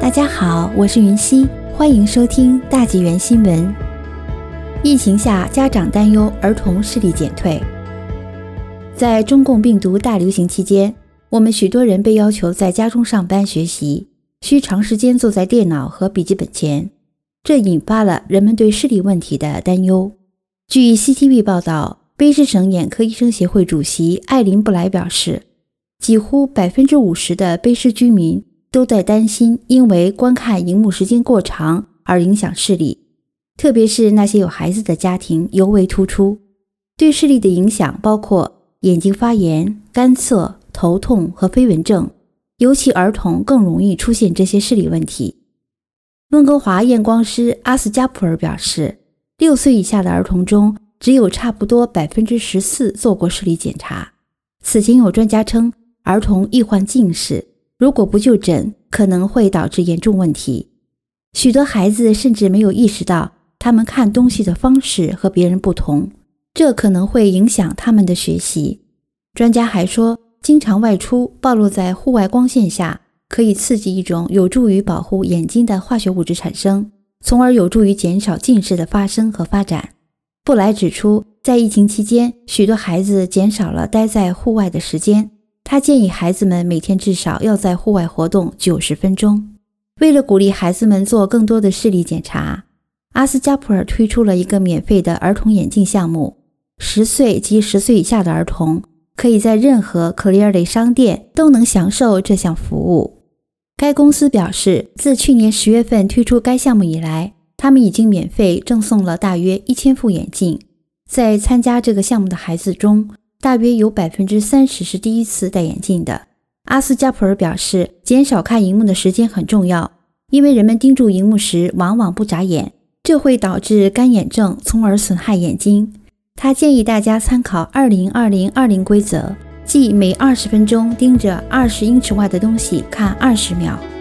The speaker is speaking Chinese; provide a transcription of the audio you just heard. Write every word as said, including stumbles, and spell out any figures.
大家好，我是云溪，欢迎收听大纪元新闻。疫情下，家长担忧儿童视力减退。在中共病毒大流行期间，我们许多人被要求在家中上班学习，需长时间坐在电脑和笔记本前，这引发了人们对视力问题的担忧。据 C T V 报道，卑诗省眼科医生协会主席艾琳布莱表示，几乎 百分之五十 的卑诗居民都在担心因为观看荧幕时间过长而影响视力，特别是那些有孩子的家庭尤为突出。对视力的影响包括眼睛发炎、干涩、头痛和飞蚊症，尤其儿童更容易出现这些视力问题。温哥华验光师阿斯加普尔表示，六岁以下的儿童中只有差不多 百分之十四 做过视力检查。此前有专家称，儿童易患近视，如果不就诊，可能会导致严重问题。许多孩子甚至没有意识到他们看东西的方式和别人不同，这可能会影响他们的学习。专家还说，经常外出暴露在户外光线下，可以刺激一种有助于保护眼睛的化学物质产生，从而有助于减少近视的发生和发展。布莱指出，在疫情期间，许多孩子减少了待在户外的时间。他建议孩子们每天至少要在户外活动九十分钟。为了鼓励孩子们做更多的视力检查，阿斯加普尔推出了一个免费的儿童眼镜项目，十岁及十岁以下的儿童可以在任何 Clearly 商店都能享受这项服务。该公司表示，自去年十月份推出该项目以来，他们已经免费赠送了大约一千副眼镜。在参加这个项目的孩子中，大约有 百分之三十 是第一次戴眼镜的。阿斯加普尔表示，减少看荧幕的时间很重要，因为人们盯住荧幕时往往不眨眼，这会导致干眼症，从而损害眼睛。他建议大家参考二零二零二零规则，即每二十分钟盯着二十英尺外的东西看二十秒。